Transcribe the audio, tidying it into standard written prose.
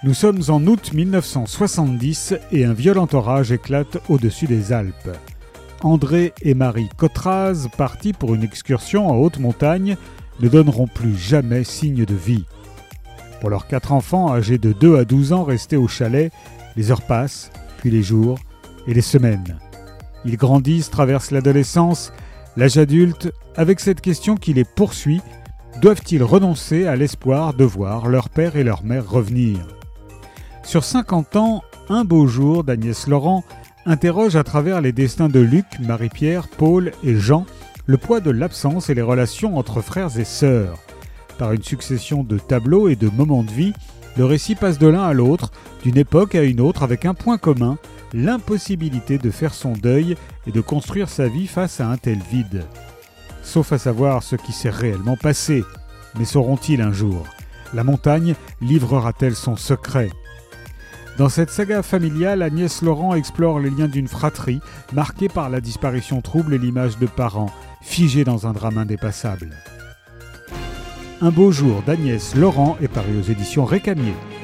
Nous sommes en août 1970 et un violent orage éclate au-dessus des Alpes. André et Marie Cotraz, partis pour une excursion en haute montagne, ne donneront plus jamais signe de vie. Pour leurs 4 enfants âgés de 2 à 12 ans restés au chalet, les heures passent, puis les jours et les semaines. Ils grandissent, traversent l'adolescence, l'âge adulte, avec cette question qui les poursuit: doivent-ils renoncer à l'espoir de voir leur père et leur mère revenir ? Sur 50 ans, un beau jour d'Agnès Laurent interroge à travers les destins de Luc, Marie-Pierre, Paul et Jean le poids de l'absence et les relations entre frères et sœurs. Par une succession de tableaux et de moments de vie, le récit passe de l'un à l'autre, d'une époque à une autre, avec un point commun: l'impossibilité de faire son deuil et de construire sa vie face à un tel vide. Sauf à savoir ce qui s'est réellement passé. Mais sauront-ils un jour ? La montagne livrera-t-elle son secret ? Dans cette saga familiale, Agnès Laurent explore les liens d'une fratrie marquée par la disparition trouble et l'image de parents figés dans un drame indépassable. Un beau jour d'Agnès Laurent est paru aux éditions Récamier.